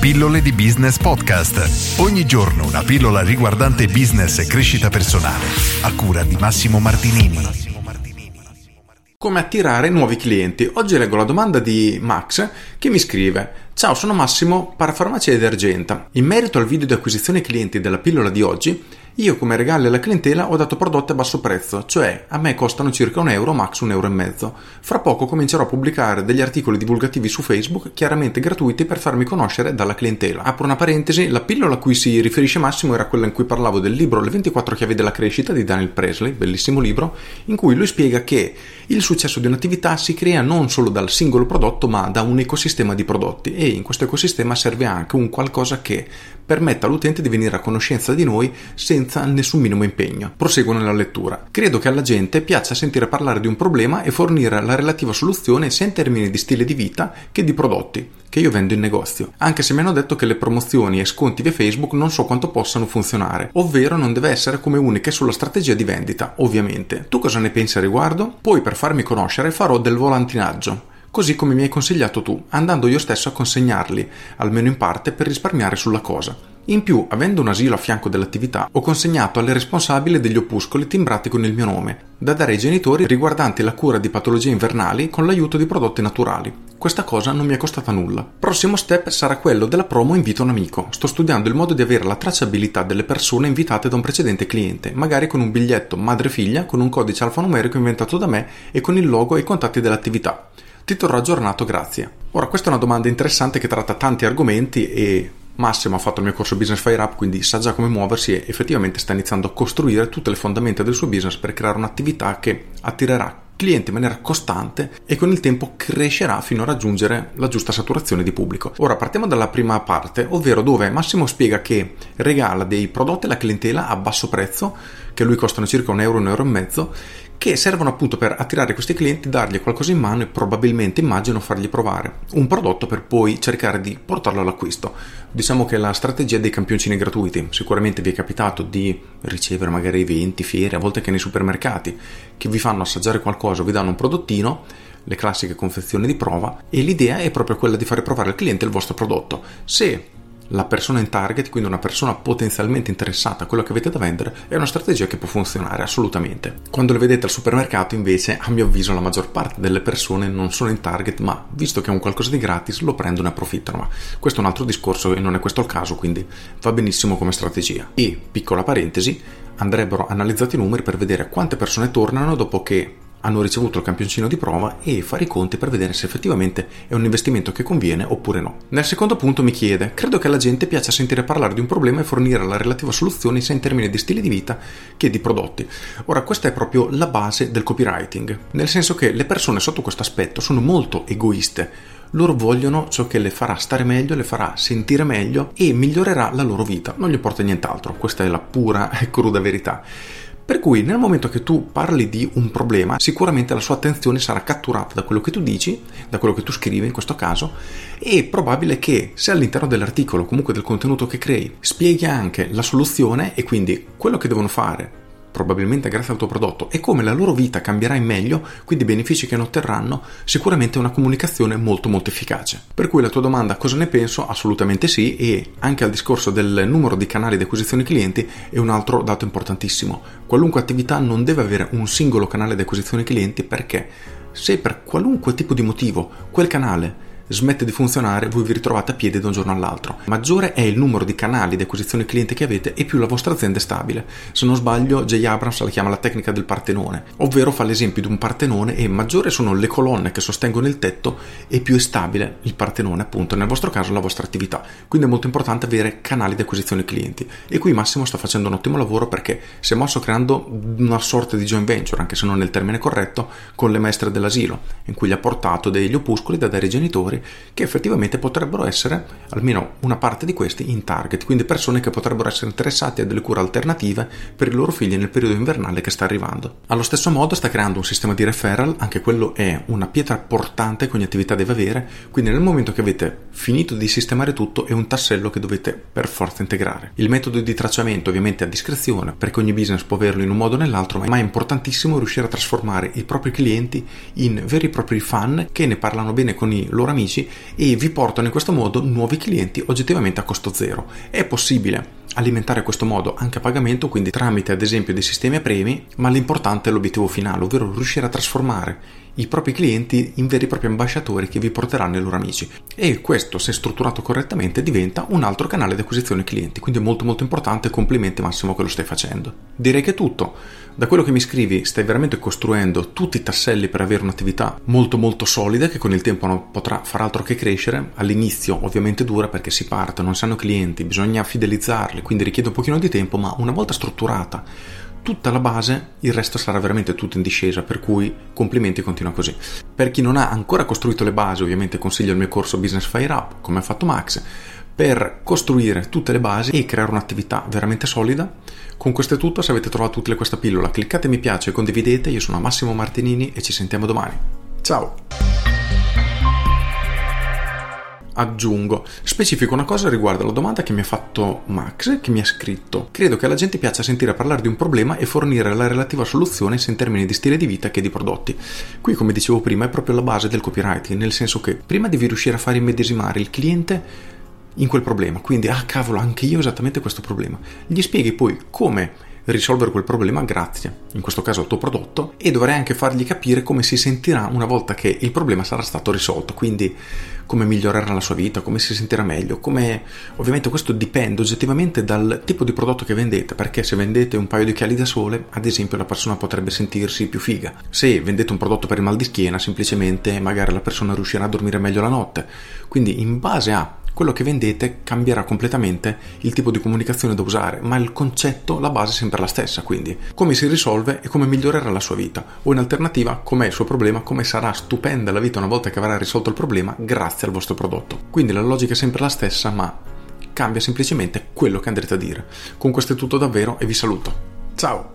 Pillole di Business Podcast. Ogni giorno una pillola riguardante business e crescita personale. A cura di Massimo Martinini. Come attirare nuovi clienti? Oggi leggo la domanda di Max che mi scrive: ciao, sono Massimo, parafarmacia ed Argenta. In merito al video di acquisizione clienti della pillola di oggi, io come regali alla clientela ho dato prodotti a basso prezzo, cioè a me costano circa €1, max €1,50. Fra poco comincerò a pubblicare degli articoli divulgativi su Facebook, chiaramente gratuiti, per farmi conoscere dalla clientela. Apro una parentesi, la pillola a cui si riferisce Massimo era quella in cui parlavo del libro Le 24 chiavi della crescita di Daniel Presley, bellissimo libro, in cui lui spiega che il successo di un'attività si crea non solo dal singolo prodotto ma da un ecosistema di prodotti, e in questo ecosistema serve anche un qualcosa che permetta all'utente di venire a conoscenza di noi senza nessun minimo impegno. Proseguo nella lettura. Credo che alla gente piaccia sentire parlare di un problema e fornire la relativa soluzione sia in termini di stile di vita che di prodotti che io vendo in negozio, anche se mi hanno detto che le promozioni e sconti via Facebook non so quanto possano funzionare, ovvero non deve essere come uniche sulla strategia di vendita, ovviamente. Tu cosa ne pensi a riguardo? Poi, per farmi conoscere, farò del volantinaggio, così come mi hai consigliato tu, andando io stesso a consegnarli, almeno in parte, per risparmiare sulla cosa. In più, avendo un asilo a fianco dell'attività, ho consegnato alle responsabili degli opuscoli timbrati con il mio nome, da dare ai genitori, riguardanti la cura di patologie invernali con l'aiuto di prodotti naturali. Questa cosa non mi è costata nulla. Prossimo step sarà quello della promo invito un amico. Sto studiando il modo di avere la tracciabilità delle persone invitate da un precedente cliente, magari con un biglietto madre-figlia con un codice alfanumerico inventato da me e con il logo e i contatti dell'attività. Ti terrò aggiornato, grazie. Ora, questa è una domanda interessante che tratta tanti argomenti e Massimo ha fatto il mio corso Business Fire Up, quindi sa già come muoversi e effettivamente sta iniziando a costruire tutte le fondamenta del suo business per creare un'attività che attirerà clienti in maniera costante e con il tempo crescerà fino a raggiungere la giusta saturazione di pubblico. Ora partiamo dalla prima parte, ovvero dove Massimo spiega che regala dei prodotti alla clientela a basso prezzo, che a lui costano circa €1, €1,50, che servono appunto per attirare questi clienti, dargli qualcosa in mano e probabilmente, immagino, fargli provare un prodotto per poi cercare di portarlo all'acquisto. Diciamo che è la strategia dei campioncini gratuiti. Sicuramente vi è capitato di ricevere magari eventi, fiere, a volte anche nei supermercati, che vi fanno assaggiare qualcosa, vi danno un prodottino, le classiche confezioni di prova, e l'idea è proprio quella di fare provare al cliente il vostro prodotto. Se la persona in target, quindi una persona potenzialmente interessata a quello che avete da vendere, è una strategia che può funzionare assolutamente. Quando le vedete al supermercato, invece, a mio avviso la maggior parte delle persone non sono in target, ma visto che è un qualcosa di gratis lo prendono e approfittano. Ma questo è un altro discorso e non è questo il caso, quindi va benissimo come strategia. E, piccola parentesi, andrebbero analizzati i numeri per vedere quante persone tornano dopo che hanno ricevuto il campioncino di prova e fare i conti per vedere se effettivamente è un investimento che conviene oppure no. Nel secondo punto mi chiede: credo che alla gente piaccia sentire parlare di un problema e fornire la relativa soluzione sia in termini di stile di vita che di prodotti. Ora, questa è proprio la base del copywriting, nel senso che le persone sotto questo aspetto sono molto egoiste. Loro vogliono ciò che le farà stare meglio, le farà sentire meglio e migliorerà la loro vita, non gli importa nient'altro. Questa è la pura e cruda verità. Per cui nel momento che tu parli di un problema, sicuramente la sua attenzione sarà catturata da quello che tu dici, da quello che tu scrivi in questo caso, e è probabile che se all'interno dell'articolo, comunque del contenuto che crei, spieghi anche la soluzione e quindi quello che devono fare, probabilmente grazie al tuo prodotto, e come la loro vita cambierà in meglio, quindi i benefici che ne otterranno, sicuramente è una comunicazione molto molto efficace. Per cui la tua domanda cosa ne penso? Assolutamente sì, e anche al discorso del numero di canali di acquisizione clienti è un altro dato importantissimo. Qualunque attività non deve avere un singolo canale di acquisizione clienti, perché se per qualunque tipo di motivo quel canale smette di funzionare, voi vi ritrovate a piedi da un giorno all'altro. Maggiore è il numero di canali di acquisizione cliente che avete e più la vostra azienda è stabile. Se non sbaglio, J. Abrams la chiama la tecnica del Partenone, ovvero fa l'esempio di un Partenone e maggiore sono le colonne che sostengono il tetto e più è stabile il Partenone, appunto nel vostro caso la vostra attività. Quindi è molto importante avere canali di acquisizione clienti, e qui Massimo sta facendo un ottimo lavoro perché si è mosso creando una sorta di joint venture, anche se non è il termine corretto, con le maestre dell'asilo, in cui gli ha portato degli opuscoli da dare ai genitori che effettivamente potrebbero essere, almeno una parte di questi, in target, quindi persone che potrebbero essere interessate a delle cure alternative per i loro figli nel periodo invernale che sta arrivando. Allo stesso modo sta creando un sistema di referral, anche quello è una pietra portante che ogni attività deve avere, quindi nel momento che avete finito di sistemare tutto è un tassello che dovete per forza integrare. Il metodo di tracciamento ovviamente a discrezione, perché ogni business può averlo in un modo o nell'altro, ma è importantissimo riuscire a trasformare i propri clienti in veri e propri fan che ne parlano bene con i loro amici amici e vi portano in questo modo nuovi clienti oggettivamente a costo zero. È possibile alimentare questo modo anche a pagamento, quindi tramite ad esempio dei sistemi a premi, ma l'importante è l'obiettivo finale, ovvero riuscire a trasformare i propri clienti in veri e propri ambasciatori che vi porteranno i loro amici, e questo, se strutturato correttamente, diventa un altro canale di acquisizione clienti, quindi è molto molto importante. Complimenti Massimo che lo stai facendo. Direi che è tutto. Da quello che mi scrivi stai veramente costruendo tutti i tasselli per avere un'attività molto molto solida che con il tempo non potrà far altro che crescere. All'inizio ovviamente dura perché si parte, non si hanno clienti, bisogna fidelizzarli, quindi richiede un pochino di tempo, ma una volta strutturata tutta la base, il resto sarà veramente tutto in discesa, per cui complimenti, continua così. Per chi non ha ancora costruito le basi, ovviamente consiglio il mio corso Business Fire Up, come ha fatto Max, per costruire tutte le basi e creare un'attività veramente solida. Con questo è tutto. Se avete trovato utile questa pillola, cliccate mi piace e condividete. Io sono Massimo Martinini e ci sentiamo domani. Ciao! Aggiungo, specifico una cosa riguardo alla domanda che mi ha fatto Max, che mi ha scritto: credo che alla gente piaccia sentire parlare di un problema e fornire la relativa soluzione sia in termini di stile di vita che di prodotti. Qui, come dicevo prima, è proprio la base del copywriting, nel senso che prima devi riuscire a far immedesimare il cliente in quel problema, quindi cavolo, anche io ho esattamente questo problema. Gli spieghi poi come risolvere quel problema grazie, in questo caso, al tuo prodotto, e dovrai anche fargli capire come si sentirà una volta che il problema sarà stato risolto, quindi come migliorerà la sua vita, come si sentirà meglio, come... Ovviamente questo dipende oggettivamente dal tipo di prodotto che vendete, perché se vendete un paio di occhiali da sole, ad esempio, la persona potrebbe sentirsi più figa. Se vendete un prodotto per il mal di schiena, semplicemente magari la persona riuscirà a dormire meglio la notte. Quindi in base a quello che vendete cambierà completamente il tipo di comunicazione da usare, ma il concetto, la base è sempre la stessa, quindi come si risolve e come migliorerà la sua vita, o in alternativa com'è il suo problema, come sarà stupenda la vita una volta che avrà risolto il problema grazie al vostro prodotto. Quindi la logica è sempre la stessa, ma cambia semplicemente quello che andrete a dire. Con questo è tutto davvero e vi saluto. Ciao!